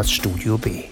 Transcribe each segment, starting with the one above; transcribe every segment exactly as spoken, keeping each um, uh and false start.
das Studio B.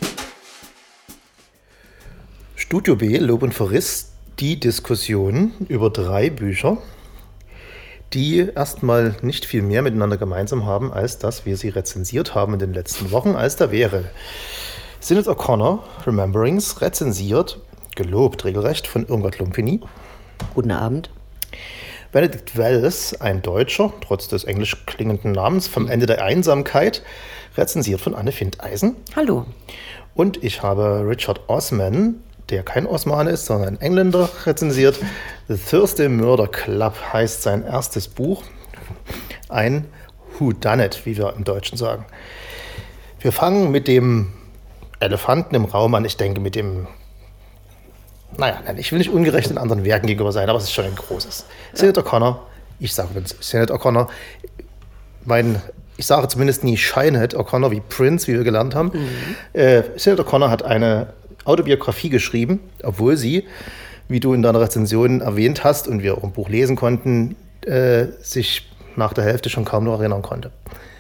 Studio B, Lob und Verriss, die Diskussion über drei Bücher, die erstmal nicht viel mehr miteinander gemeinsam haben, als dass wir sie rezensiert haben in den letzten Wochen, als da wäre Sinéad O'Connor, Rememberings, rezensiert, gelobt regelrecht von Irmgard Lumpini. Guten Abend. Benedict Wells, ein Deutscher, trotz des englisch klingenden Namens, vom Ende der Einsamkeit, rezensiert von Anne Findeisen. Hallo. Und ich habe Richard Osman, der kein Osmane ist, sondern ein Engländer, rezensiert. The Thursday Murder Club heißt sein erstes Buch. Ein Whodunit, wie wir im Deutschen sagen. Wir fangen mit dem Elefanten im Raum an. Ich denke mit dem, naja, nein, ich will nicht ungerecht den anderen Werken gegenüber sein, aber es ist schon ein großes. Ja. Sinéad O'Connor, ich sage übrigens Sinéad O'Connor, mein, ich sage zumindest nie Sinéad O'Connor wie Prince, wie wir gelernt haben. Mhm. Äh, Sinéad O'Connor hat eine Autobiografie geschrieben, obwohl sie, wie du in deiner Rezension erwähnt hast und wir auch im Buch lesen konnten, äh, sich nach der Hälfte schon kaum noch erinnern konnte.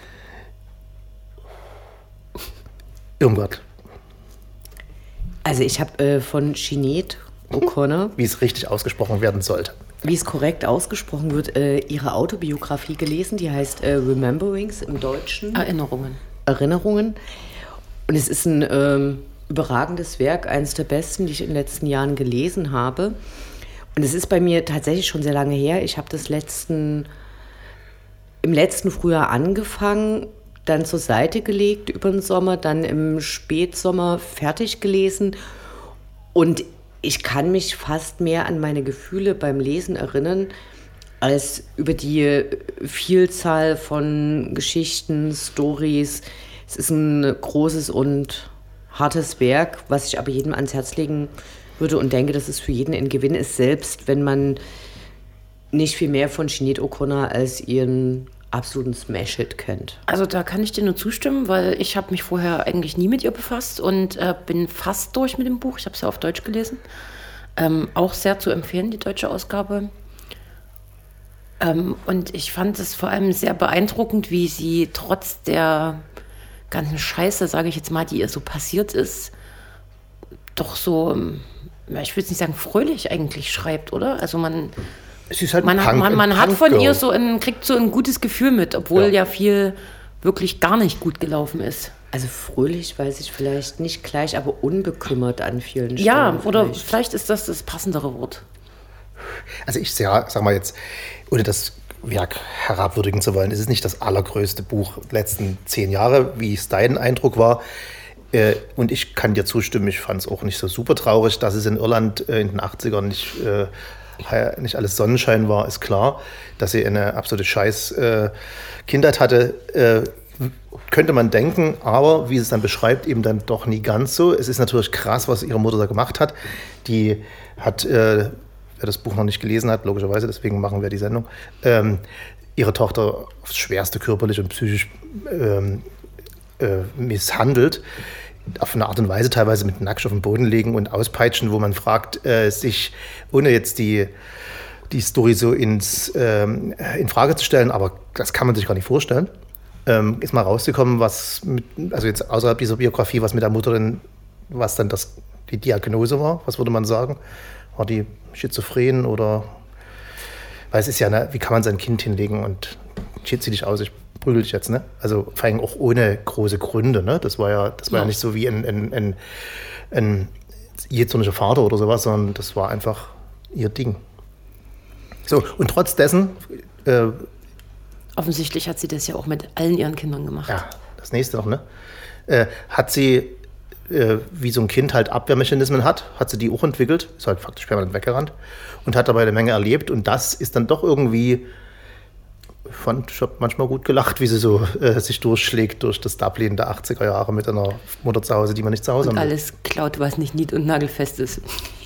Irmgard. Also ich habe äh, von Sinéad O'Connor, wie es richtig ausgesprochen werden sollte, wie es korrekt ausgesprochen wird, äh, ihre Autobiografie gelesen, die heißt äh, Rememberings im Deutschen. Erinnerungen. Erinnerungen. Und es ist ein ähm, überragendes Werk, eines der besten, die ich in den letzten Jahren gelesen habe. Und es ist bei mir tatsächlich schon sehr lange her. Ich habe das letzten, im letzten Frühjahr angefangen, dann zur Seite gelegt über den Sommer, dann im Spätsommer fertig gelesen. Und ich kann mich fast mehr an meine Gefühle beim Lesen erinnern, als über die Vielzahl von Geschichten, Storys. Es ist ein großes und hartes Werk, was ich aber jedem ans Herz legen würde und denke, dass es für jeden ein Gewinn ist, selbst wenn man nicht viel mehr von Sinéad O'Connor als ihren absoluten Smash-Hit kennt. Also da kann ich dir nur zustimmen, weil ich habe mich vorher eigentlich nie mit ihr befasst und äh, bin fast durch mit dem Buch. Ich habe es ja auf Deutsch gelesen. Ähm, auch sehr zu empfehlen, die deutsche Ausgabe. Ähm, und ich fand es vor allem sehr beeindruckend, wie sie trotz der ganzen Scheiße, sage ich jetzt mal, die ihr so passiert ist, doch so, ich will es nicht sagen fröhlich eigentlich schreibt, oder? Also man, es ist halt man, Punk, hat, man, man hat von Punk-Girl. ihr so ein, kriegt so ein gutes Gefühl mit, obwohl ja. ja viel wirklich gar nicht gut gelaufen ist. Also fröhlich weiß ich vielleicht nicht gleich, aber unbekümmert an vielen Stellen. Ja, oder vielleicht. vielleicht ist das das passendere Wort. Also ich ja, sag mal jetzt, ohne das Werk herabwürdigen zu wollen, es ist nicht das allergrößte Buch der letzten zehn Jahre, wie es dein Eindruck war. Äh, und ich kann dir zustimmen, ich fand es auch nicht so super traurig, dass es in Irland äh, in den achtzigern nicht, äh, nicht alles Sonnenschein war, ist klar. Dass sie eine absolute scheiß äh, Kindheit hatte, äh, könnte man denken, aber wie es dann beschreibt, eben dann doch nie ganz so. Es ist natürlich krass, was ihre Mutter da gemacht hat. Die hat... Äh, wer das Buch noch nicht gelesen hat, logischerweise, deswegen machen wir die Sendung, ähm, ihre Tochter aufs Schwerste körperlich und psychisch ähm, äh, misshandelt, auf eine Art und Weise teilweise mit nackt auf den Boden legen und auspeitschen, wo man fragt, äh, sich, ohne jetzt die, die Story so ins, ähm, in Frage zu stellen, aber das kann man sich gar nicht vorstellen, ähm, ist mal rausgekommen, was, mit, also jetzt außerhalb dieser Biografie, was mit der Mutter denn, was dann das, die Diagnose war, was würde man sagen? War die schizophren oder, weil es ist ja, ne, wie kann man sein Kind hinlegen und shit, zieh dich aus, ich prügel dich jetzt, ne? Also vor allem auch ohne große Gründe, ne? Das war ja, das war ja, ja nicht so wie ein, ein, ein, ein jähzorniger Vater oder sowas, sondern das war einfach ihr Ding. So, und trotz dessen äh, offensichtlich hat sie das ja auch mit allen ihren Kindern gemacht. Ja, das nächste noch, ne? Äh, hat sie wie so ein Kind halt Abwehrmechanismen hat, hat sie die auch entwickelt, ist halt faktisch permanent weggerannt und hat dabei eine Menge erlebt und das ist dann doch irgendwie, ich fand, ich habe manchmal gut gelacht, wie sie so äh, sich durchschlägt durch das Dublin der achtziger Jahre mit einer Mutter zu Hause, die man nicht zu Hause und hat. Und alles klaut, was nicht nied- und nagelfest ist.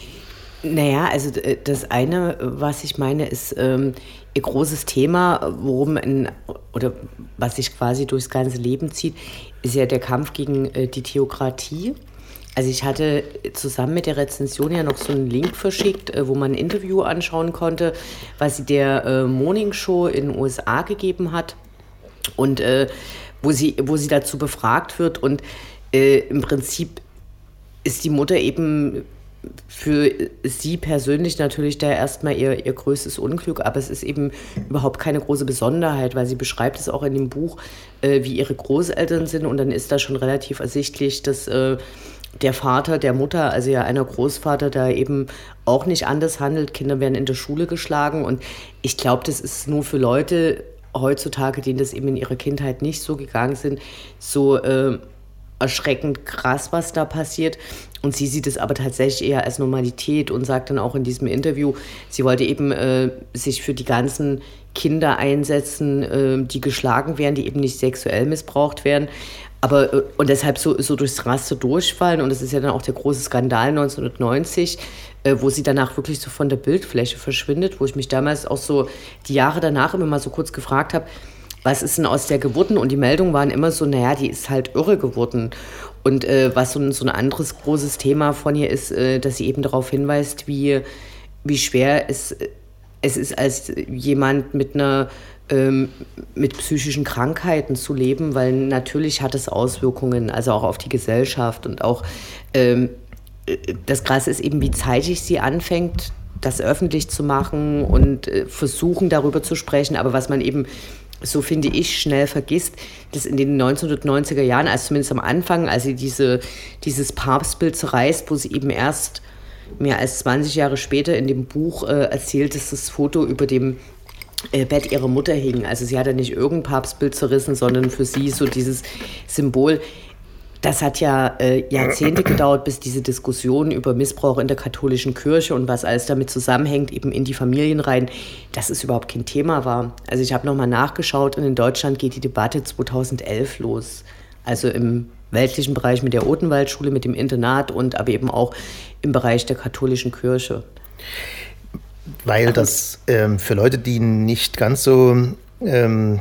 Naja, also das eine, was ich meine, ist ähm, ihr großes Thema, worum in, oder was sich quasi durchs ganze Leben zieht, ist ja der Kampf gegen äh, die Theokratie. Also ich hatte zusammen mit der Rezension ja noch so einen Link verschickt, äh, wo man ein Interview anschauen konnte, was sie der äh, Morning Show in den U S A gegeben hat und äh, wo sie, wo sie dazu befragt wird. Und äh, im Prinzip ist die Mutter eben für sie persönlich natürlich da erstmal ihr, ihr größtes Unglück, aber es ist eben überhaupt keine große Besonderheit, weil sie beschreibt es auch in dem Buch, äh, wie ihre Großeltern sind, und dann ist da schon relativ ersichtlich, dass äh, der Vater der Mutter, also ja einer Großvater, da eben auch nicht anders handelt. Kinder werden in der Schule geschlagen, und ich glaube, das ist nur für Leute heutzutage, denen das eben in ihrer Kindheit nicht so gegangen sind, so äh, erschreckend krass, was da passiert. Und sie sieht es aber tatsächlich eher als Normalität und sagt dann auch in diesem Interview, sie wollte eben äh, sich für die ganzen Kinder einsetzen, äh, die geschlagen werden, die eben nicht sexuell missbraucht werden. Aber, äh, und deshalb so, so durchs Raster durchfallen. Und das ist ja dann auch der große Skandal neunzehnhundertneunzig, äh, wo sie danach wirklich so von der Bildfläche verschwindet, wo ich mich damals auch so die Jahre danach immer mal so kurz gefragt habe, was ist denn aus der geworden? Und die Meldungen waren immer so, naja, die ist halt irre geworden. Und äh, was so ein, so ein anderes großes Thema von ihr ist, äh, dass sie eben darauf hinweist, wie, wie schwer es, es ist, als jemand mit einer ähm, mit psychischen Krankheiten zu leben, weil natürlich hat es Auswirkungen, also auch auf die Gesellschaft. Und auch ähm, das Krasse ist eben, wie zeitig sie anfängt, das öffentlich zu machen und äh, versuchen, darüber zu sprechen. Aber was man eben, so finde ich, schnell vergisst, dass in den neunzehnhundertneunziger Jahren, also zumindest am Anfang, als sie diese, dieses Papstbild zerreißt, wo sie eben erst mehr als zwanzig Jahre später in dem Buch äh, erzählt, dass das Foto über dem äh, Bett ihrer Mutter hing. Also sie hat ja nicht irgendein Papstbild zerrissen, sondern für sie so dieses Symbol. Das hat ja äh, Jahrzehnte gedauert, bis diese Diskussion über Missbrauch in der katholischen Kirche und was alles damit zusammenhängt, eben in die Familien rein, dass es überhaupt kein Thema war. Also ich habe nochmal nachgeschaut, und in Deutschland geht die Debatte zweitausendelf los. Also im weltlichen Bereich mit der Odenwaldschule, mit dem Internat, und aber eben auch im Bereich der katholischen Kirche. Weil das ähm, für Leute, die nicht ganz so ähm,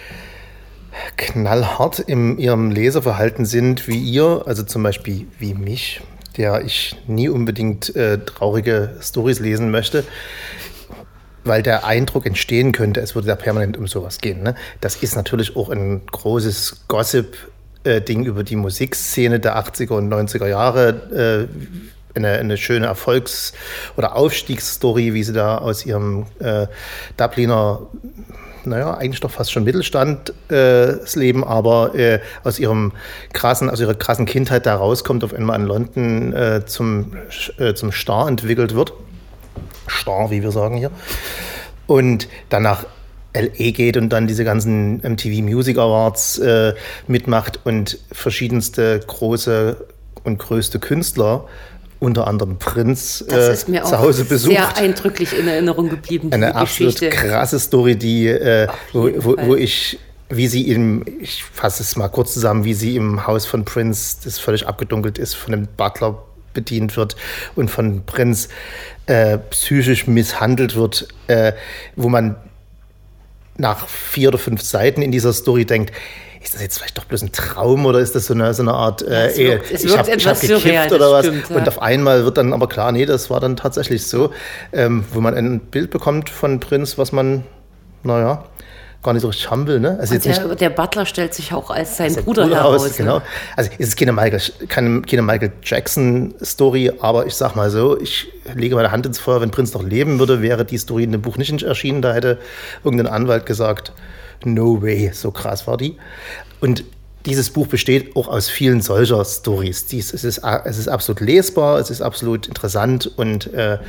knallhart in ihrem Leseverhalten sind wie ihr, also zum Beispiel wie mich, der ich nie unbedingt äh, traurige Storys lesen möchte, weil der Eindruck entstehen könnte, es würde da permanent um sowas gehen. Ne? Das ist natürlich auch ein großes Gossip-Ding über die Musikszene der achtziger und neunziger Jahre, äh, eine, eine schöne Erfolgs- oder Aufstiegsstory, wie sie da aus ihrem äh, Dubliner, naja, eigentlich doch fast schon Mittelstand äh, das Leben, aber äh, aus ihrem krassen, aus ihrer krassen Kindheit da rauskommt, auf einmal in London äh, zum, äh, zum Star entwickelt wird. Star, wie wir sagen hier. Und dann nach L A geht und dann diese ganzen M T V Music Awards äh, mitmacht und verschiedenste große und größte Künstler, unter anderem Prinz, äh, zu Hause besucht. Das ist mir auch sehr eindrücklich in Erinnerung geblieben, eine absolut Geschichte. Krasse Story, die, äh, wo, wo, wo ich, wie sie im, ich fasse es mal kurz zusammen, wie sie im Haus von Prinz, das völlig abgedunkelt ist, von einem Butler bedient wird und von Prinz äh, psychisch misshandelt wird, äh, wo man nach vier oder fünf Seiten in dieser Story denkt, ist das jetzt vielleicht doch bloß ein Traum oder ist das so eine, so eine Art, äh, es wirkt, es ich habe hab gekifft surreal, oder was? Stimmt, ja. Und auf einmal wird dann aber klar, nee, das war dann tatsächlich so, ähm, wo man ein Bild bekommt von Prinz, was man, naja, gar nicht so richtig haben will. Ne? Also jetzt der, nicht, der Butler stellt sich auch als sein sein Bruder, Bruder heraus. aus, genau. Also es ist keine Michael, keine, keine Michael Jackson-Story, aber ich sag mal so, ich lege meine Hand ins Feuer, wenn Prinz noch leben würde, wäre die Story in dem Buch nicht erschienen. Da hätte irgendein Anwalt gesagt, no way, so krass war die. Und dieses Buch besteht auch aus vielen solcher Stories. Dies, es, ist, es ist absolut lesbar, es ist absolut interessant und äh,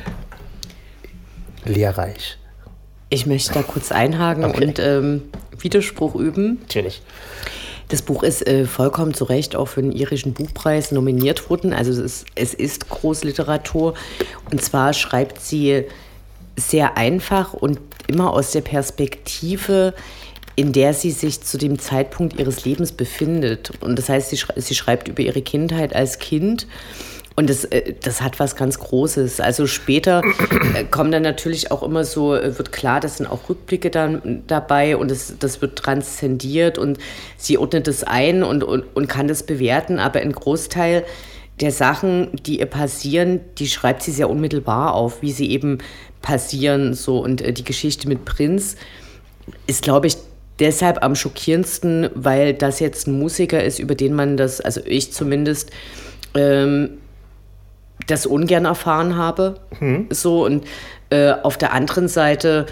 lehrreich. Ich möchte da kurz einhaken okay. und ähm, Widerspruch üben. Natürlich. Das Buch ist äh, vollkommen zu Recht auch für den irischen Buchpreis nominiert worden. Also es ist, es ist Großliteratur. Und zwar schreibt sie sehr einfach und immer aus der Perspektive, in der sie sich zu dem Zeitpunkt ihres Lebens befindet. Und das heißt, sie, sch- sie schreibt über ihre Kindheit als Kind. Und das, das hat was ganz Großes. Also später kommen dann natürlich auch immer so, wird klar, das sind auch Rückblicke dann dabei und das, das wird transzendiert und sie ordnet das ein und, und, und kann das bewerten. Aber ein Großteil der Sachen, die ihr passieren, die schreibt sie sehr unmittelbar auf, wie sie eben passieren. So. Und die Geschichte mit Prinz ist, glaube ich, deshalb am schockierendsten, weil das jetzt ein Musiker ist, über den man das, also ich zumindest, ähm, das ungern erfahren habe. Hm. So, und äh, auf der anderen Seite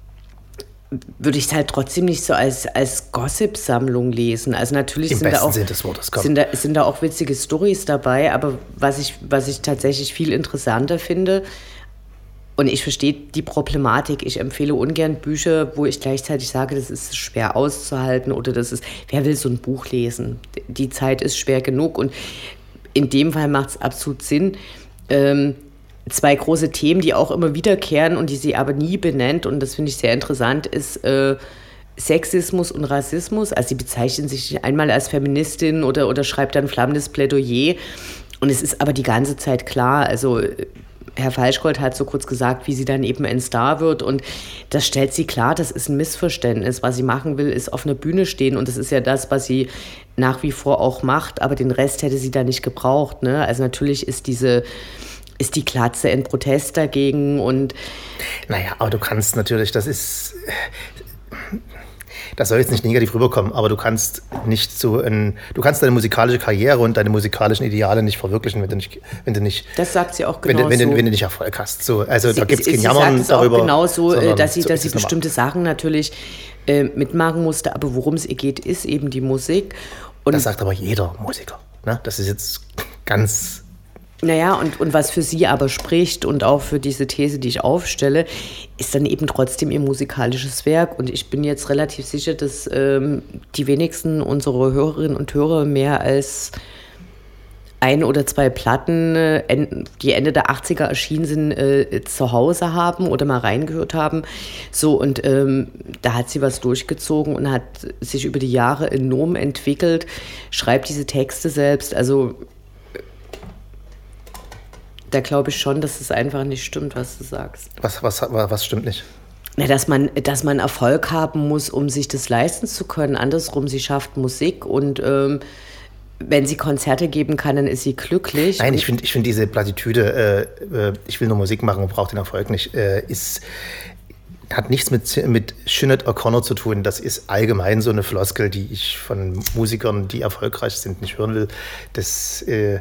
würde ich es halt trotzdem nicht so als, als Gossip-Sammlung lesen. Also natürlich Im sind da, auch, Sinn des Wortes, sind, da, sind da auch witzige Storys dabei, aber was ich, was ich tatsächlich viel interessanter finde, und ich verstehe die Problematik, ich empfehle ungern Bücher, wo ich gleichzeitig sage, das ist schwer auszuhalten oder das ist, wer will so ein Buch lesen? Die Zeit ist schwer genug und in dem Fall macht es absolut Sinn. Ähm, Zwei große Themen, die auch immer wiederkehren und die sie aber nie benennt, und das finde ich sehr interessant, ist äh, Sexismus und Rassismus. Also sie bezeichnen sich einmal als Feministin oder, oder schreibt dann flammendes Plädoyer. Und es ist aber die ganze Zeit klar, also Herr Falschgold hat so kurz gesagt, wie sie dann eben ein Star wird, und das stellt sie klar, das ist ein Missverständnis. Was sie machen will, ist auf einer Bühne stehen, und das ist ja das, was sie nach wie vor auch macht, aber den Rest hätte sie da nicht gebraucht, ne? Also natürlich ist diese ist die Glatze ein Protest dagegen und... Naja, aber du kannst natürlich, das ist... Das soll jetzt nicht negativ rüberkommen, aber du kannst nicht so ein... Du kannst deine musikalische Karriere und deine musikalischen Ideale nicht verwirklichen, wenn du nicht... Wenn du nicht das sagt sie auch genau wenn du, wenn so. Du, wenn du nicht Erfolg hast. So, also sie, da gibt es kein sie Jammern sagt es darüber. Auch genau so, dass sie, so dass sie bestimmte normal. Sachen natürlich äh, mitmachen musste, aber worum es ihr geht, ist eben die Musik. Und das sagt aber jeder Musiker. Ne? Das ist jetzt ganz... Naja, und, und was für sie aber spricht und auch für diese These, die ich aufstelle, ist dann eben trotzdem ihr musikalisches Werk. Und ich bin jetzt relativ sicher, dass ähm, die wenigsten unserer Hörerinnen und Hörer mehr als ein oder zwei Platten, äh, die Ende der achtziger erschienen sind, äh, zu Hause haben oder mal reingehört haben. So, und ähm, da hat sie was durchgezogen und hat sich über die Jahre enorm entwickelt, schreibt diese Texte selbst, also... Da glaube ich schon, dass es einfach nicht stimmt, was du sagst. Was, was, was stimmt nicht? Na, dass man, dass man Erfolg haben muss, um sich das leisten zu können. Andersrum, sie schafft Musik und ähm, wenn sie Konzerte geben kann, dann ist sie glücklich. Nein, ich finde ich find diese Plattitüde, äh, ich will nur Musik machen und brauche den Erfolg nicht, äh, ist... hat nichts mit, mit Sinead O'Connor zu tun. Das ist allgemein so eine Floskel, die ich von Musikern, die erfolgreich sind, nicht hören will. Das... Äh,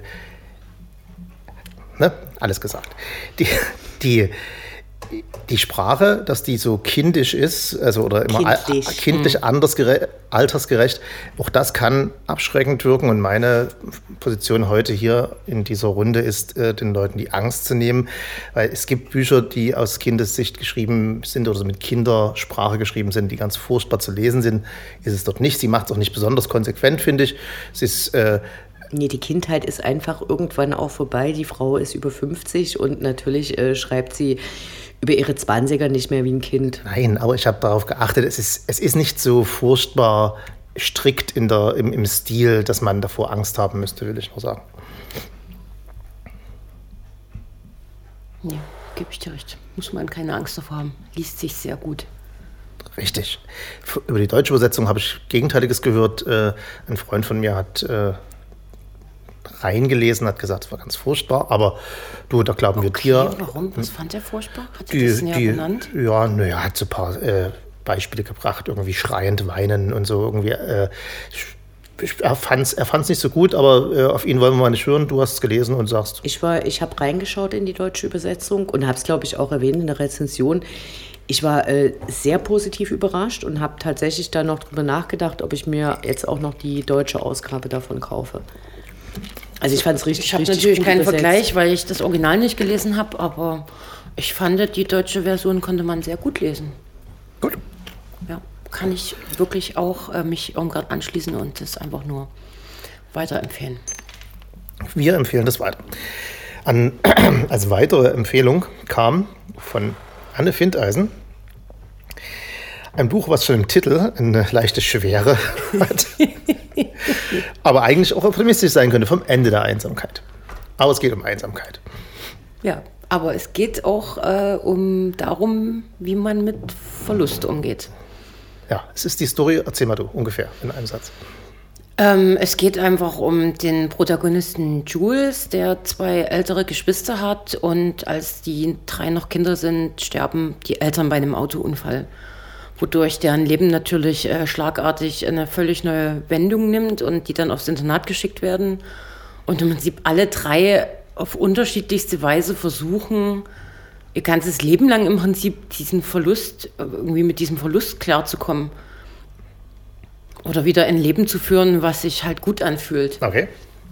Ne? Alles gesagt. Die, die, die Sprache, dass die so kindisch ist, also oder immer kindlich, al- kindlich mhm. andersgere- altersgerecht, auch das kann abschreckend wirken. Und meine Position heute hier in dieser Runde ist, äh, den Leuten die Angst zu nehmen, weil es gibt Bücher, die aus Kindessicht geschrieben sind oder so mit Kindersprache geschrieben sind, die ganz furchtbar zu lesen sind. Ist es dort nicht. Sie macht es auch nicht besonders konsequent, finde ich. Es ist äh, Nee, die Kindheit ist einfach irgendwann auch vorbei. Die Frau ist über fünfzig und natürlich äh, schreibt sie über ihre Zwanziger nicht mehr wie ein Kind. Nein, aber ich habe darauf geachtet, es ist, es ist nicht so furchtbar strikt in der, im, im Stil, dass man davor Angst haben müsste, will ich nur sagen. Ja, gebe ich dir recht. Muss man keine Angst davor haben. Liest sich sehr gut. Richtig. Über die deutsche Übersetzung habe ich Gegenteiliges gehört. Äh, ein Freund von mir hat... Äh, reingelesen, hat gesagt, es war ganz furchtbar, aber du, da glauben okay, wir dir. Warum? Was fand er furchtbar? Hat die, er das näher die, benannt? Ja, naja, hat so ein paar äh, Beispiele gebracht, irgendwie schreiend, weinen und so irgendwie. Äh, er fand es er fand's nicht so gut, aber äh, auf ihn wollen wir mal nicht hören. Du hast es gelesen und sagst. Ich war, ich habe reingeschaut in die deutsche Übersetzung und habe es, glaube ich, auch erwähnt in der Rezension. Ich war äh, sehr positiv überrascht und habe tatsächlich da noch drüber nachgedacht, ob ich mir jetzt auch noch die deutsche Ausgabe davon kaufe. Also ich fand es richtig, ich habe richtig natürlich gut keinen übersetzt. Vergleich, weil ich das Original nicht gelesen habe, aber ich fand, die deutsche Version konnte man sehr gut lesen. Gut. Ja, kann ich wirklich auch äh, mich Irmgard anschließen und das einfach nur weiterempfehlen. Wir empfehlen das weiter. An, als weitere Empfehlung kam von Anne Findeisen ein Buch, was schon im Titel eine leichte Schwere hat, aber eigentlich auch optimistisch sein könnte, vom Ende der Einsamkeit. Aber es geht um Einsamkeit. Ja, aber es geht auch äh, um darum, wie man mit Verlust umgeht. Ja, es ist die Story, erzähl mal du, ungefähr in einem Satz. Ähm, es geht einfach um den Protagonisten Jules, der zwei ältere Geschwister hat und als die drei noch Kinder sind, sterben die Eltern bei einem Autounfall. wodurch deren Leben natürlich äh, schlagartig eine völlig neue Wendung nimmt und die dann aufs Internat geschickt werden. Und im Prinzip alle drei auf unterschiedlichste Weise versuchen, ihr ganzes Leben lang im Prinzip diesen Verlust, irgendwie mit diesem Verlust klarzukommen. Oder wieder ein Leben zu führen, was sich halt gut anfühlt. Okay.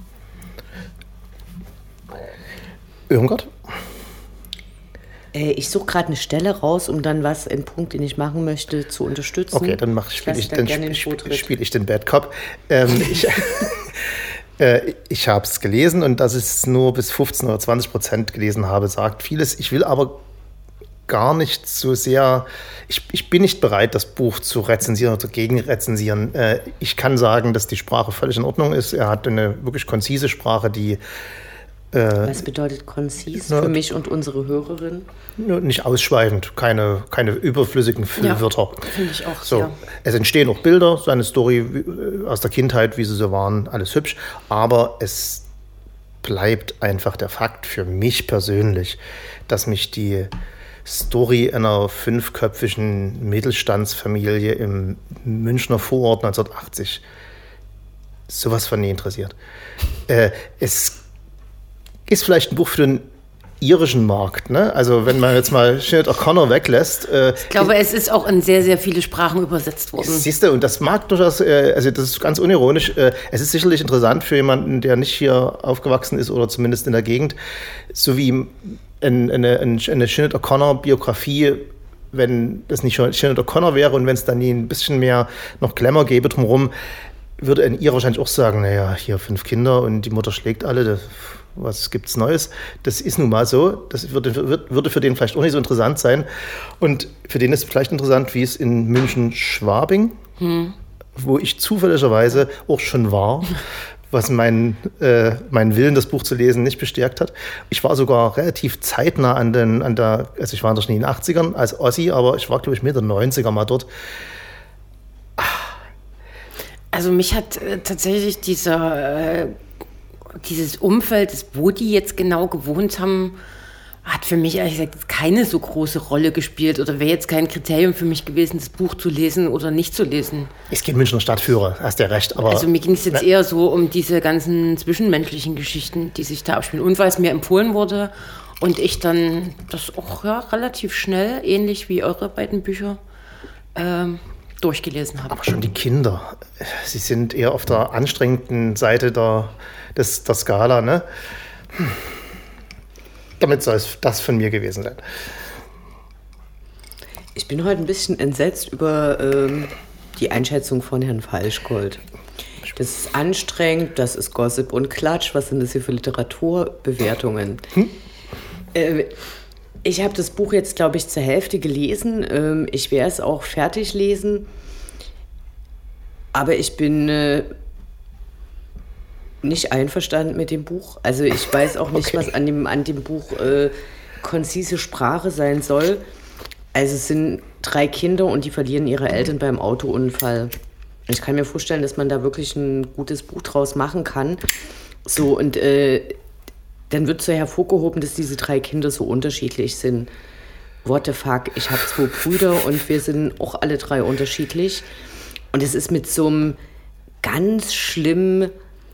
Irmgard? Äh, ich suche gerade eine Stelle raus, um dann was, einen Punkt, den ich machen möchte, zu unterstützen. Okay, dann spiele ich, dann dann spiel, spiel, spiel ich den Bad Cop. Ähm, ich äh, ich habe es gelesen und dass ich es nur bis fünfzehn oder zwanzig Prozent gelesen habe, sagt vieles. Ich will aber gar nicht so sehr, ich, ich bin nicht bereit, das Buch zu rezensieren oder gegen rezensieren. Äh, ich kann sagen, dass die Sprache völlig in Ordnung ist. Er hat eine wirklich konzise Sprache, die Was bedeutet konzis für mich und unsere Hörerin? Nicht ausschweifend, keine, keine überflüssigen Füllwörter. Ja, finde ich auch. So. Ja. Es entstehen auch Bilder, seine Story aus der Kindheit, wie sie so waren, alles hübsch. Aber es bleibt einfach der Fakt für mich persönlich, dass mich die Story einer fünfköpfigen Mittelstandsfamilie im Münchner Vorort neunzehnhundertachtzig sowas von nie interessiert. Äh, es ist vielleicht ein Buch für den irischen Markt, ne? Also wenn man jetzt mal Sinead O'Connor weglässt. Äh, ich glaube, es ist auch in sehr, sehr viele Sprachen übersetzt worden. Siehst du, und das mag durchaus, äh, also das ist ganz unironisch, äh, es ist sicherlich interessant für jemanden, der nicht hier aufgewachsen ist oder zumindest in der Gegend, so wie ein, eine, eine Sinead O'Connor-Biografie, wenn das nicht schon Sinead O'Connor wäre und wenn es dann nie ein bisschen mehr noch Glamour gäbe drumherum, würde ein Ir wahrscheinlich auch sagen, naja, hier fünf Kinder und die Mutter schlägt alle, das, was gibt's Neues? Das ist nun mal so. Das würde, würde für den vielleicht auch nicht so interessant sein. Und für den ist es vielleicht interessant, wie es in München-Schwabing, hm. wo ich zufälligerweise auch schon war, was meinen äh, mein Willen, das Buch zu lesen, nicht bestärkt hat. Ich war sogar relativ zeitnah an, den, an der, also ich war noch nie in den achtzigern als Ossi, aber ich war, glaube ich, Mitte neunziger mal dort. Also mich hat äh, tatsächlich dieser... Äh Dieses Umfeld, wo die jetzt genau gewohnt haben, hat für mich ehrlich gesagt keine so große Rolle gespielt oder wäre jetzt kein Kriterium für mich gewesen, das Buch zu lesen oder nicht zu lesen. Es geht Münchner Stadtführer, hast ja recht. Aber also mir ging es jetzt ne? eher so um diese ganzen zwischenmenschlichen Geschichten, die sich da abspielen. Und weil es mir empfohlen wurde und ich dann das auch ja, relativ schnell, ähnlich wie eure beiden Bücher, ähm, durchgelesen habe. Aber schon die Kinder, sie sind eher auf der anstrengenden Seite der, des, der Skala, ne? Hm. Damit soll es das von mir gewesen sein. Ich bin heute ein bisschen entsetzt über ähm, die Einschätzung von Herrn Falschgold. Das ist anstrengend, das ist Gossip und Klatsch. Was sind das hier für Literaturbewertungen? Hm? Äh, Ich habe das Buch jetzt, glaube ich, zur Hälfte gelesen. Ich werde es auch fertig lesen. Aber ich bin äh, nicht einverstanden mit dem Buch. Also ich weiß auch nicht, okay. was an dem, an dem Buch äh, konzise Sprache sein soll. Also es sind drei Kinder und die verlieren ihre Eltern beim Autounfall. Ich kann mir vorstellen, dass man da wirklich ein gutes Buch draus machen kann. So, und äh, dann wird so hervorgehoben, dass diese drei Kinder so unterschiedlich sind. What the fuck, ich habe zwei Brüder und wir sind auch alle drei unterschiedlich. Und es ist mit so einem ganz schlimm,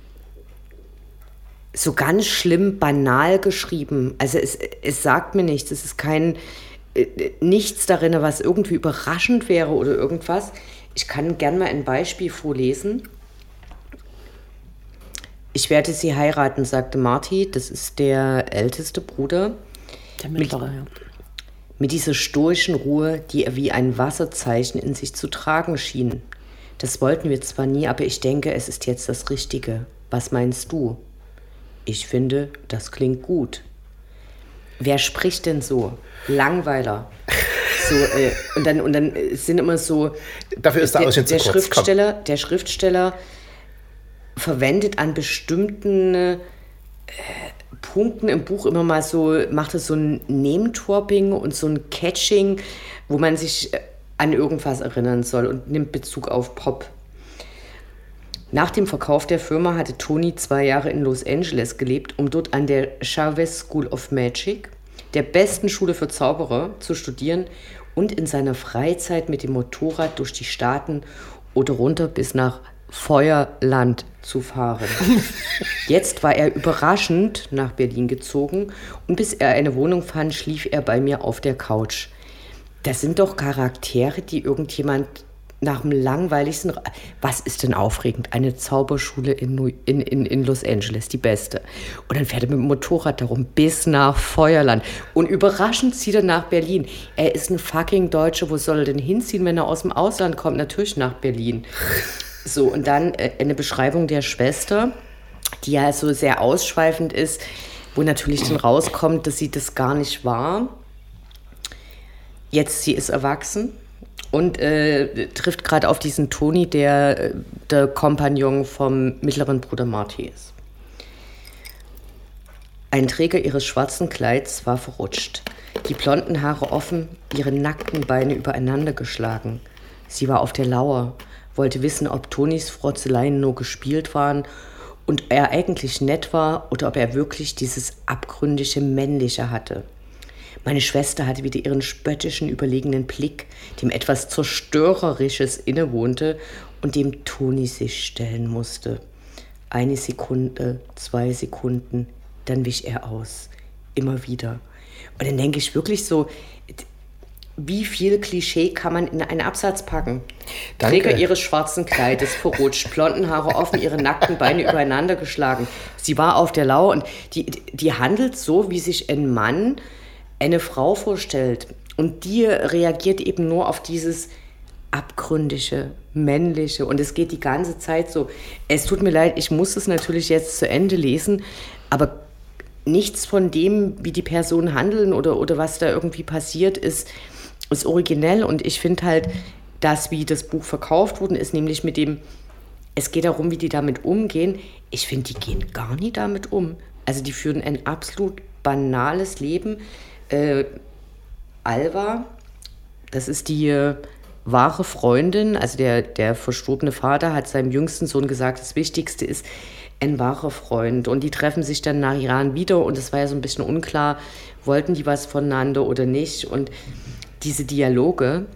so ganz schlimm banal geschrieben. Also es, es sagt mir nichts, es ist kein, nichts darin, was irgendwie überraschend wäre oder irgendwas. Ich kann gerne mal ein Beispiel vorlesen. Ich werde sie heiraten, sagte Marty, das ist der älteste Bruder. Der mittlere, ja. Mit dieser stoischen Ruhe, die er wie ein Wasserzeichen in sich zu tragen schien. Das wollten wir zwar nie, aber ich denke, es ist jetzt das Richtige. Was meinst du? Ich finde, das klingt gut. Wer spricht denn so? Langweiler. So, äh, und, dann, und dann sind immer so... Dafür ist der, der Ausschnitt zu der kurz. Schriftsteller, der Schriftsteller verwendet an bestimmten äh, Punkten im Buch immer mal so, macht es so ein Name-Dropping und so ein Catching, wo man sich an irgendwas erinnern soll und nimmt Bezug auf Pop. Nach dem Verkauf der Firma hatte Tony zwei Jahre in Los Angeles gelebt, um dort an der Chavez School of Magic, der besten Schule für Zauberer, zu studieren und in seiner Freizeit mit dem Motorrad durch die Staaten oder runter bis nach Feuerland zu fahren. Jetzt war er überraschend nach Berlin gezogen und bis er eine Wohnung fand, schlief er bei mir auf der Couch. Das sind doch Charaktere, die irgendjemand nach dem langweiligsten... Was ist denn aufregend? Eine Zauberschule in, New- in, in, in Los Angeles, die beste. Und dann fährt er mit dem Motorrad darum bis nach Feuerland. Und überraschend zieht er nach Berlin. Er ist ein fucking Deutscher. Wo soll er denn hinziehen, wenn er aus dem Ausland kommt? Natürlich nach Berlin. So, und dann äh, eine Beschreibung der Schwester, die ja so sehr ausschweifend ist, wo natürlich dann rauskommt, dass sie das gar nicht war. Jetzt, sie ist erwachsen. Und äh, trifft gerade auf diesen Toni, der der Kompagnon vom mittleren Bruder Marty ist. Ein Träger ihres schwarzen Kleids war verrutscht, die blonden Haare offen, ihre nackten Beine übereinander geschlagen. Sie war auf der Lauer, wollte wissen, ob Tonis Frotzeleien nur gespielt waren und er eigentlich nett war oder ob er wirklich dieses abgründige Männliche hatte. Meine Schwester hatte wieder ihren spöttischen, überlegenen Blick, dem etwas Zerstörerisches innewohnte und dem Toni sich stellen musste. Eine Sekunde, zwei Sekunden, dann wich er aus. Immer wieder. Und dann denke ich wirklich so, wie viel Klischee kann man in einen Absatz packen? Danke. Träger ihres schwarzen Kleides, verrutscht, blonden Haare offen, ihre nackten Beine übereinander geschlagen. Sie war auf der Lauer und die, die handelt so, wie sich ein Mann eine Frau vorstellt. Und die reagiert eben nur auf dieses abgründige, männliche. Und es geht die ganze Zeit so. Es tut mir leid, ich muss es natürlich jetzt zu Ende lesen, aber nichts von dem, wie die Personen handeln oder, oder was da irgendwie passiert, ist, ist originell. Und ich finde halt, das, wie das Buch verkauft worden ist, nämlich mit dem, es geht darum, wie die damit umgehen. Ich finde, die gehen gar nie damit um. Also die führen ein absolut banales Leben. Äh, Alva, das ist die äh, wahre Freundin, also der, der verstorbene Vater hat seinem jüngsten Sohn gesagt, das Wichtigste ist ein wahrer Freund. Und die treffen sich dann nach Jahren wieder und es war ja so ein bisschen unklar, wollten die was voneinander oder nicht. Und diese Dialoge,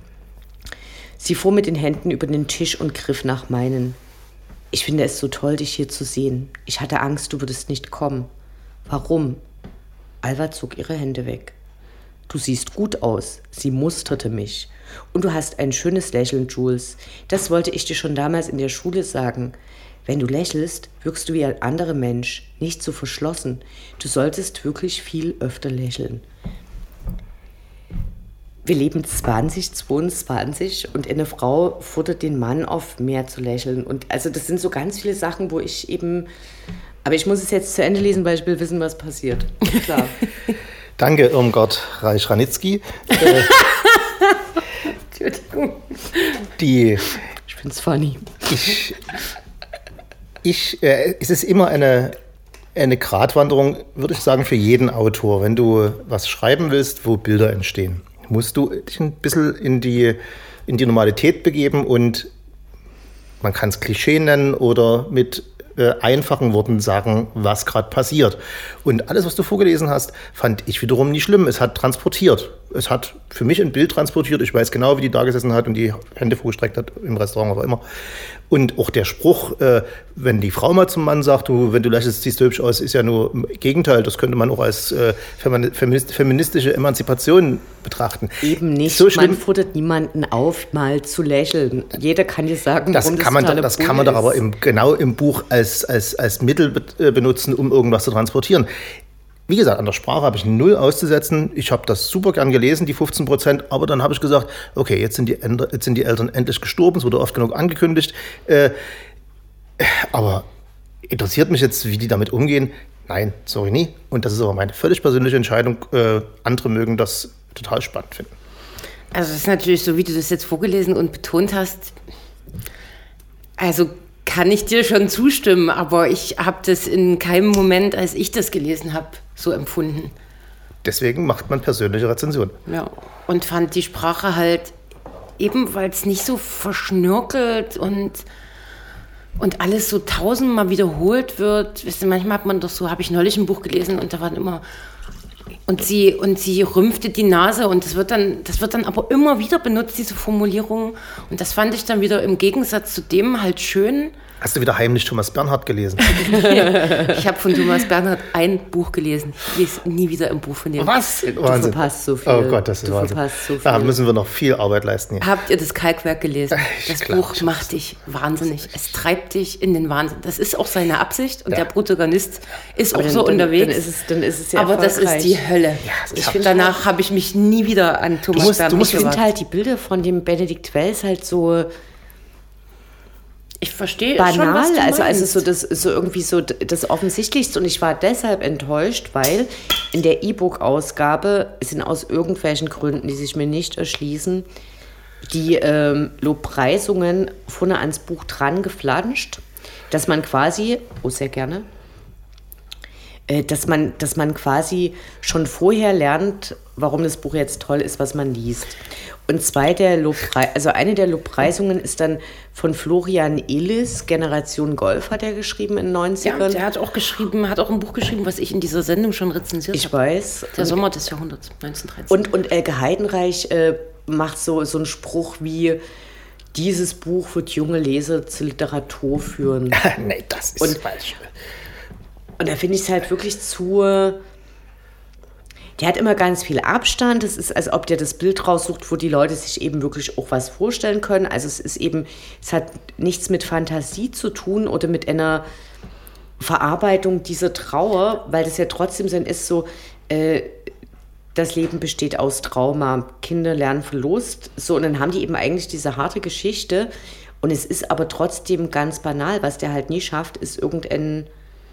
sie fuhr mit den Händen über den Tisch und griff nach meinen. Ich finde es so toll, dich hier zu sehen. Ich hatte Angst, du würdest nicht kommen. Warum? Alva zog ihre Hände weg. Du siehst gut aus. Sie musterte mich. Und du hast ein schönes Lächeln, Jules. Das wollte ich dir schon damals in der Schule sagen. Wenn du lächelst, wirkst du wie ein anderer Mensch, nicht so verschlossen. Du solltest wirklich viel öfter lächeln. Wir leben zwanzig zweiundzwanzig und eine Frau fordert den Mann auf, mehr zu lächeln. Und also das sind so ganz viele Sachen, wo ich eben... Aber ich muss es jetzt zu Ende lesen, weil ich will wissen, was passiert. Klar. Danke, Irmgard Reich-Ranitzky. Entschuldigung. Die, ich finde es funny. Ich, ich, äh, es ist immer eine, eine Gratwanderung, würde ich sagen, für jeden Autor. Wenn du was schreiben willst, wo Bilder entstehen, musst du dich ein bisschen in die, in die Normalität begeben und man kann es Klischee nennen oder mit äh, einfachen Worten sagen, was gerade passiert. Und alles, was du vorgelesen hast, fand ich wiederum nicht schlimm. Es hat transportiert. Es hat für mich ein Bild transportiert. Ich weiß genau, wie die da gesessen hat und die Hände vorgestreckt hat im Restaurant oder immer. Und auch der Spruch, äh, wenn die Frau mal zum Mann sagt, du, wenn du lächelst, siehst du hübsch aus, ist ja nur im Gegenteil. Das könnte man auch als äh, feminist, feministische Emanzipation betrachten. Eben nicht. So schlimm, man fordert niemanden auf, mal zu lächeln. Jeder kann dir sagen, das warum kann das man doch, Das kann man doch aber im, genau im Buch als, als, als Mittel be- benutzen, um irgendwas zu transportieren. Wie gesagt, an der Sprache habe ich null auszusetzen. Ich habe das super gern gelesen, die fünfzehn Prozent. Aber dann habe ich gesagt, okay, jetzt sind die, jetzt sind die Eltern endlich gestorben. Es wurde oft genug angekündigt. Äh, aber interessiert mich jetzt, wie die damit umgehen? Nein, sorry, nie. Und das ist aber meine völlig persönliche Entscheidung. Äh, andere mögen das total spannend finden. Also es ist natürlich so, wie du das jetzt vorgelesen und betont hast. Also kann ich dir schon zustimmen, aber ich habe das in keinem Moment, als ich das gelesen habe, so empfunden. Deswegen macht man persönliche Rezensionen. Ja, und fand die Sprache halt eben, weil es nicht so verschnörkelt und, und alles so tausendmal wiederholt wird. Weißt du, manchmal hat man doch so, habe ich neulich ein Buch gelesen und da waren immer Und sie, und sie rümpfte die Nase und das wird, dann, das wird dann aber immer wieder benutzt, diese Formulierung. Und das fand ich dann wieder im Gegensatz zu dem halt schön. Hast du wieder heimlich Thomas Bernhard gelesen? Ich habe von Thomas Bernhard ein Buch gelesen. Ich lese nie wieder ein Buch von dem. Was? Du Wahnsinn. verpasst so viel. Oh Gott, das ist du Wahnsinn. So viel. Da müssen wir noch viel Arbeit leisten hier. Habt ihr das Kalkwerk gelesen? Ich Das glaub, Buch macht dich wahnsinnig. Es treibt dich in den Wahnsinn. Das ist auch seine Absicht und ja. der Protagonist ist Aber auch dann, so dann, unterwegs. Dann ist es, dann ist es ja Aber das ist die Hölle. Ja, ich finde, danach habe ich mich nie wieder an Thomas musst, Bernhard du musst Ich gewagt. finde halt die Bilder von dem Benedikt Wells halt so Ich verstehe banal, schon, was du also, also meinst. so das ist so irgendwie so das Offensichtlichste und ich war deshalb enttäuscht, weil in der E-Book-Ausgabe sind aus irgendwelchen Gründen, die sich mir nicht erschließen, die ähm, Lobpreisungen vorne ans Buch dran geflanscht, dass man quasi, oh sehr gerne, äh, dass man, dass man quasi schon vorher lernt, warum das Buch jetzt toll ist, was man liest. Und zwei der Lobprei- also eine der Lobpreisungen ist dann von Florian Illis, Generation Golf hat er geschrieben in den ja, neunzigern. der hat auch geschrieben, hat auch ein Buch geschrieben, was ich in dieser Sendung schon rezensiert Ich habe. weiß. Der Sommer des Jahrhunderts, neunzehnhundertdreizehn. Und, und Elke Heidenreich äh, macht so, so einen Spruch wie, dieses Buch wird junge Leser zur Literatur führen. Nee, das ist Und- falsch. Und da finde ich es halt wirklich zu... Der hat immer ganz viel Abstand. Es ist, als ob der das Bild raussucht, wo die Leute sich eben wirklich auch was vorstellen können. Also es ist eben, es hat nichts mit Fantasie zu tun oder mit einer Verarbeitung dieser Trauer, weil das ja trotzdem so ist, so, äh, das Leben besteht aus Trauma, Kinder lernen Verlust. So, und dann haben die eben eigentlich diese harte Geschichte. Und es ist aber trotzdem ganz banal. Was der halt nie schafft, ist irgendein,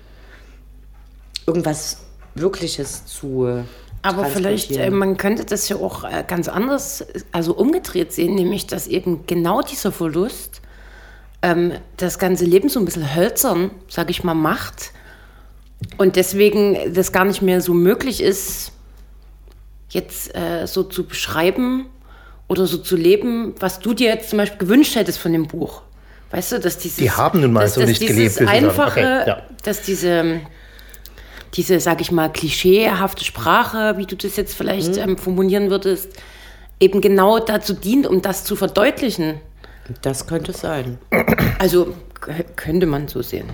irgendwas Wirkliches zu Aber vielleicht, äh, transportieren. man könnte das ja auch äh, ganz anders, also umgedreht sehen, nämlich, dass eben genau dieser Verlust ähm, das ganze Leben so ein bisschen hölzern, sage ich mal, macht und deswegen das gar nicht mehr so möglich ist, jetzt äh, so zu beschreiben oder so zu leben, was du dir jetzt zum Beispiel gewünscht hättest von dem Buch. Weißt du, dass dieses... Die haben nun mal dass, so dass nicht dieses gelebt, will ich sagen. einfache, Okay, ja. dass diese... diese, sag ich mal, klischeehafte Sprache, wie du das jetzt vielleicht Mhm. ähm, formulieren würdest, eben genau dazu dient, um das zu verdeutlichen. Das könnte sein. Also k- könnte man so sehen.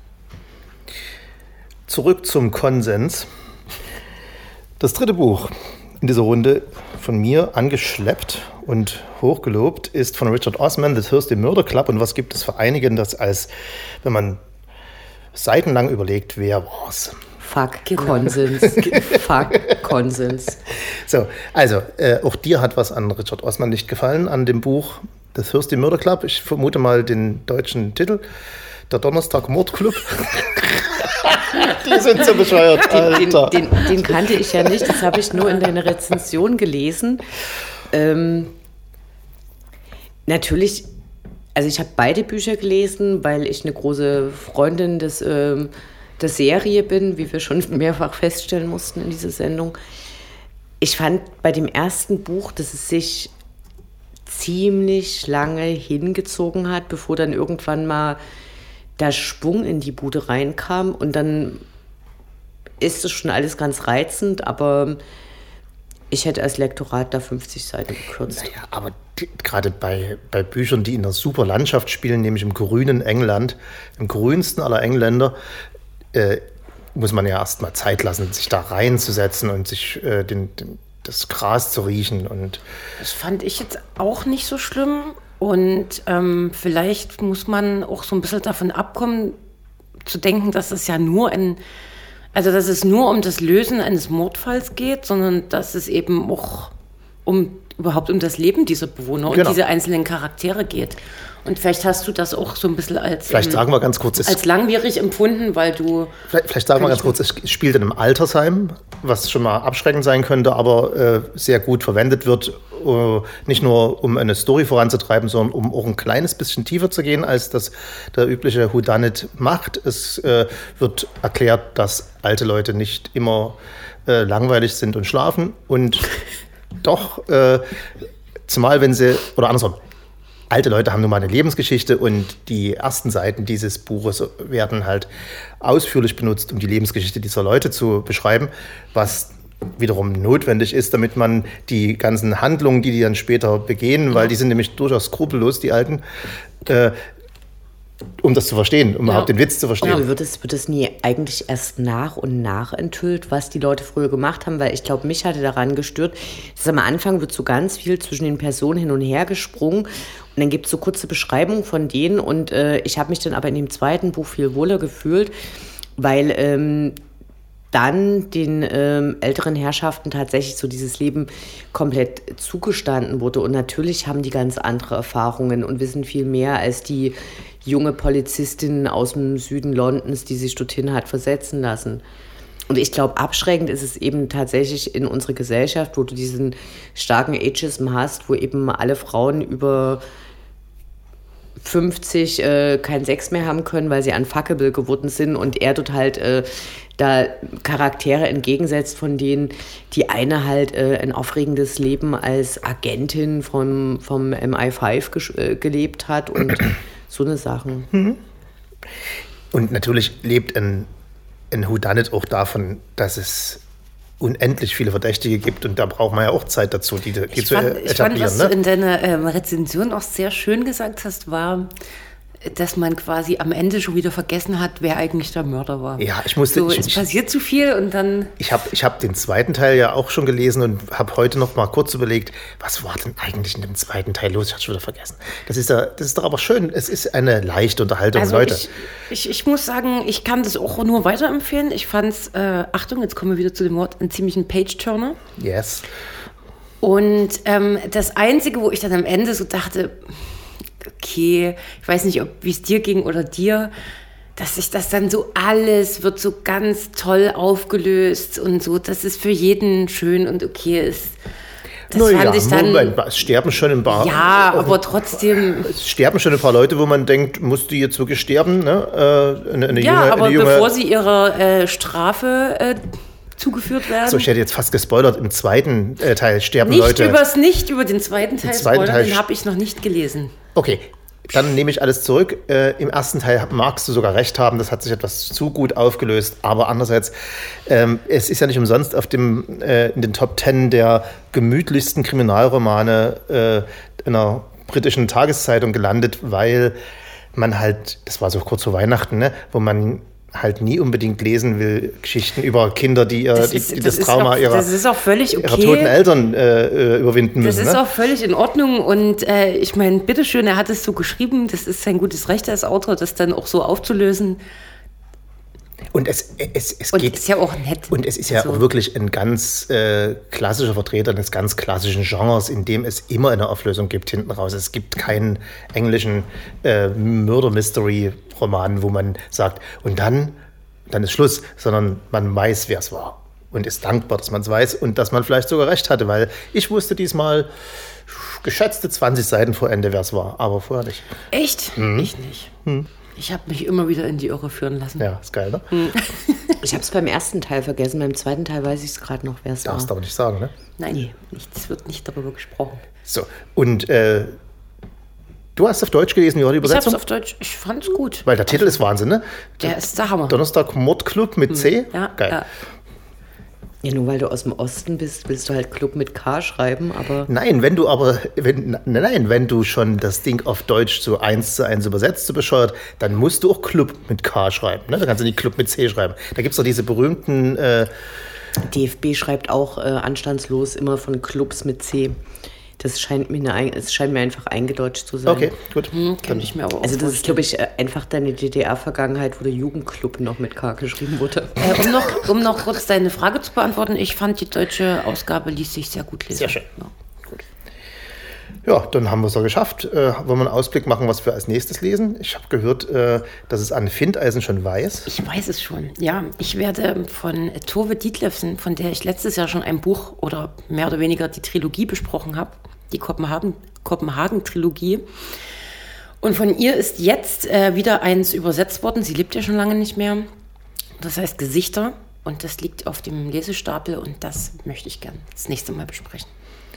Zurück zum Konsens. Das dritte Buch in dieser Runde von mir angeschleppt und hochgelobt ist von Richard Osman, The Thursday Murder Club. Und was gibt es für einige, das als, wenn man seitenlang überlegt, wer war's? Fuck Konsens. Fuck Konsens. So, also, äh, auch dir hat was an Richard Osman nicht gefallen, an dem Buch The Thursday Murder Club. Ich vermute mal den deutschen Titel, der Donnerstag Mordclub. Die sind so bescheuert, Den, Alter. den, den, den kannte ich ja nicht, das habe ich nur in deiner Rezension gelesen. Ähm, natürlich, also ich habe beide Bücher gelesen, weil ich eine große Freundin des, ähm, der Serie bin, wie wir schon mehrfach feststellen mussten in dieser Sendung. Ich fand bei dem ersten Buch, dass es sich ziemlich lange hingezogen hat, bevor dann irgendwann mal der Schwung in die Bude reinkam und dann ist es schon alles ganz reizend, aber ich hätte als Lektorat da fünfzig Seiten gekürzt. Naja, aber die, gerade bei, bei Büchern, die in einer super Landschaft spielen, nämlich im grünen England, im grünsten aller Engländer, äh, muss man ja erst mal Zeit lassen, sich da reinzusetzen und sich äh, den, den, das Gras zu riechen. Und Das fand ich jetzt auch nicht so schlimm. Und ähm, vielleicht muss man auch so ein bisschen davon abkommen, zu denken, dass es ja nur ein, also dass es nur um das Lösen eines Mordfalls geht, sondern dass es eben auch um überhaupt um das Leben dieser Bewohner Genau. und diese einzelnen Charaktere geht. Und vielleicht hast du das auch so ein bisschen als, vielleicht ähm, sagen wir ganz kurz, es als langwierig empfunden, weil du... Vielleicht, vielleicht sagen wir ganz kurz, es spielt in einem Altersheim, was schon mal abschreckend sein könnte, aber äh, sehr gut verwendet wird, äh, nicht nur um eine Story voranzutreiben, sondern um auch ein kleines bisschen tiefer zu gehen, als das der übliche Whodunit macht. Es äh, wird erklärt, dass alte Leute nicht immer äh, langweilig sind und schlafen und doch, äh, zumal wenn sie, oder andersrum, alte Leute haben nun mal eine Lebensgeschichte und die ersten Seiten dieses Buches werden halt ausführlich benutzt, um die Lebensgeschichte dieser Leute zu beschreiben, was wiederum notwendig ist, damit man die ganzen Handlungen, die die dann später begehen, weil die sind nämlich durchaus skrupellos, die Alten, äh, um das zu verstehen, um ja. überhaupt den Witz zu verstehen. Ja, wird es, wird es nie eigentlich erst nach und nach enthüllt, was die Leute früher gemacht haben? Weil ich glaube, mich hatte daran gestört, dass am Anfang wird so ganz viel zwischen den Personen hin und her gesprungen und dann gibt es so kurze Beschreibungen von denen und äh, ich habe mich dann aber in dem zweiten Buch viel wohler gefühlt, weil ähm, dann den ähm, älteren Herrschaften tatsächlich so dieses Leben komplett zugestanden wurde. Und natürlich haben die ganz andere Erfahrungen und wissen viel mehr als die junge Polizistin aus dem Süden Londons, die sich dorthin hat versetzen lassen. Und ich glaube, abschreckend ist es eben tatsächlich in unserer Gesellschaft, wo du diesen starken Ageism hast, wo eben alle Frauen über fünfzig äh, keinen Sex mehr haben können, weil sie unfuckable geworden sind und er dort halt äh, da Charaktere entgegensetzt, von denen die eine halt äh, ein aufregendes Leben als Agentin vom, vom M I fünf ges- äh, gelebt hat und so eine Sachen. Mhm. Und natürlich lebt ein, ein Whodunit auch davon, dass es unendlich viele Verdächtige gibt und da braucht man ja auch Zeit dazu, die, die ich zu fand, etablieren. Ich fand, was ne? du in deiner ähm, Rezension auch sehr schön gesagt hast, war, dass man quasi am Ende schon wieder vergessen hat, wer eigentlich der Mörder war. Ja, ich musste... So, ich, es ich, passiert zu viel und dann... Ich habe ich hab den zweiten Teil ja auch schon gelesen und habe heute noch mal kurz überlegt, was war denn eigentlich in dem zweiten Teil los? Ich hatte schon wieder vergessen. Das ist, da, das ist doch aber schön. Es ist eine leichte Unterhaltung, also Leute. Ich, ich, ich muss sagen, ich kann das auch nur weiterempfehlen. Ich fand es, äh, Achtung, jetzt kommen wir wieder zu dem Wort, einen ziemlichen Page-Turner. Yes. Und ähm, das Einzige, wo ich dann am Ende so dachte... okay, ich weiß nicht, ob wie es dir ging oder dir, dass sich das dann so alles wird so ganz toll aufgelöst und so, dass es für jeden schön und okay ist. Das naja, fand ich dann, Moment, es sterben schon ein paar... Ja, aber trotzdem... Es sterben schon ein paar Leute, wo man denkt, muss die jetzt wirklich sterben? Ne? Äh, eine, eine ja, junge, aber eine junge, bevor sie ihrer äh, Strafe äh, zugeführt werden... So, ich hätte jetzt fast gespoilert, im zweiten äh, Teil sterben nicht Leute... Übers, nicht über den zweiten Teil zweiten spoilern, Teil den habe ich noch nicht gelesen. Okay, dann nehme ich alles zurück. Äh, Im ersten Teil magst du sogar recht haben, das hat sich etwas zu gut aufgelöst. Aber andererseits, ähm, es ist ja nicht umsonst auf dem, äh, in den Top Ten der gemütlichsten Kriminalromane äh, einer britischen Tageszeitung gelandet, weil man halt, das war so kurz vor Weihnachten, ne, wo man halt nie unbedingt lesen will, Geschichten über Kinder, die, ihr, das, die, ist, die das, das Trauma auch, ihrer, das ist auch völlig okay. ihrer toten Eltern äh, überwinden müssen. Das ist ne? auch völlig in Ordnung und äh, ich meine, bitteschön, er hat es so geschrieben, das ist sein gutes Recht als Autor, das dann auch so aufzulösen. Und es, es, es und geht, ist ja auch nett. Und es ist ja so. auch wirklich ein ganz äh, klassischer Vertreter eines ganz klassischen Genres, in dem es immer eine Auflösung gibt hinten raus. Es gibt keinen englischen äh, Murder-Mystery-Roman, wo man sagt, und dann, dann ist Schluss, sondern man weiß, wer es war. Und ist dankbar, dass man es weiß und dass man vielleicht sogar recht hatte, weil ich wusste diesmal geschätzte zwanzig Seiten vor Ende, wer es war, aber vorher nicht. Echt? Mhm. Ich nicht. Mhm. Ich habe mich immer wieder in die Irre führen lassen. Ja, ist geil, ne? Mhm. Ich habe es beim ersten Teil vergessen, beim zweiten Teil weiß ich es gerade noch, wer es war. Darfst du aber nicht sagen, ne? Nein, nee. Es wird nicht darüber gesprochen. So, und äh, du hast auf Deutsch gelesen, wie war die Übersetzung? Ich hab's auf Deutsch, ich fand's gut. Weil der Titel ist Wahnsinn, ne? Der ist der Hammer. Donnerstag Mordclub mit C? Ja, geil. Ja. Ja, nur weil du aus dem Osten bist, willst du halt Club mit K schreiben, aber... Nein, wenn du aber, wenn, nein, wenn du schon das Ding auf Deutsch so eins zu eins übersetzt, so bescheuert, dann musst du auch Club mit K schreiben, ne? Da kannst du nicht Club mit C schreiben. Da gibt es doch diese berühmten... Äh D F B schreibt auch äh, anstandslos immer von Clubs mit C. Das scheint mir, eine, es scheint mir einfach eingedeutscht zu sein. Okay, gut. Hm, kann ich mir aber auch Also das vorstellen. ist, glaube ich, einfach deine D D R-Vergangenheit, wo der Jugendclub noch mit K geschrieben wurde. Äh, um, noch, um noch kurz deine Frage zu beantworten, ich fand die deutsche Ausgabe ließ sich sehr gut lesen. Sehr schön. Ja. Gut. Ja, dann haben wir es ja geschafft. Äh, wollen wir einen Ausblick machen, was wir als nächstes lesen? Ich habe gehört, äh, dass es Anne Findeisen schon weiß. Ich weiß es schon, ja. Ich werde von Tove Ditlevsen, von der ich letztes Jahr schon ein Buch oder mehr oder weniger die Trilogie besprochen habe, die Kopenhagen, Kopenhagen-Trilogie. Und von ihr ist jetzt äh, wieder eins übersetzt worden. Sie lebt ja schon lange nicht mehr. Das heißt Gesichter. Und das liegt auf dem Lesestapel und das möchte ich gern das nächste Mal besprechen.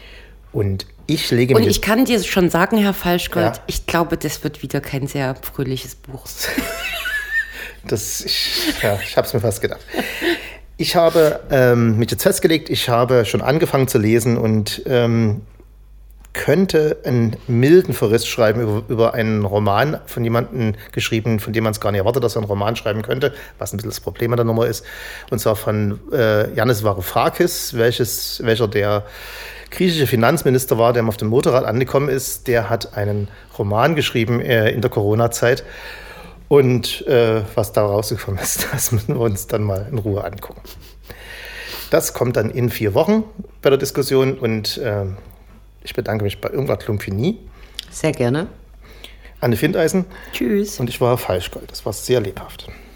Und ich lege Und mir... ich kann dir schon sagen, Herr Falschgold, Ja. ich glaube, das wird wieder kein sehr fröhliches Buch. Das, ich ja, ich habe es mir fast gedacht. Ich habe ähm, mich jetzt festgelegt, ich habe schon angefangen zu lesen und ähm, könnte einen milden Verriss schreiben über, über einen Roman von jemandem geschrieben, von dem man es gar nicht erwartet, dass er einen Roman schreiben könnte, was ein bisschen das Problem an der Nummer ist. Und zwar von äh, Yannis Varoufakis, welches, welcher der griechische Finanzminister war, der auf dem Motorrad angekommen ist. Der hat einen Roman geschrieben äh, in der Corona-Zeit. Und äh, was da rausgekommen ist, das müssen wir uns dann mal in Ruhe angucken. Das kommt dann in vier Wochen bei der Diskussion und äh, ich bedanke mich bei Irmgard Klumpini. Sehr gerne. Anne Findeisen. Tschüss. Und ich war Falschgold. Das war sehr lebhaft.